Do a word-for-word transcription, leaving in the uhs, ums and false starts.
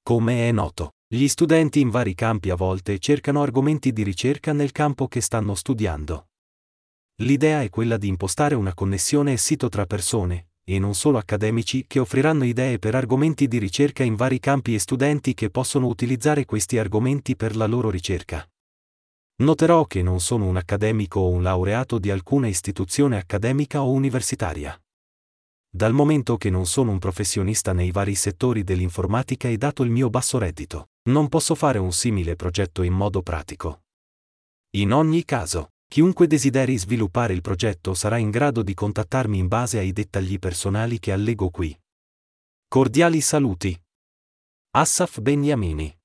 Come è noto, gli studenti in vari campi a volte cercano argomenti di ricerca nel campo che stanno studiando. L'idea è quella di impostare una connessione e sito tra persone, e non solo accademici, che offriranno idee per argomenti di ricerca in vari campi e studenti che possono utilizzare questi argomenti per la loro ricerca. Noterò che non sono un accademico o un laureato di alcuna istituzione accademica o universitaria. Dal momento che non sono un professionista nei vari settori dell'informatica e dato il mio basso reddito, non posso fare un simile progetto in modo pratico. In ogni caso, chiunque desideri sviluppare il progetto sarà in grado di contattarmi in base ai dettagli personali che allego qui. Cordiali saluti. Assaf Beniamini.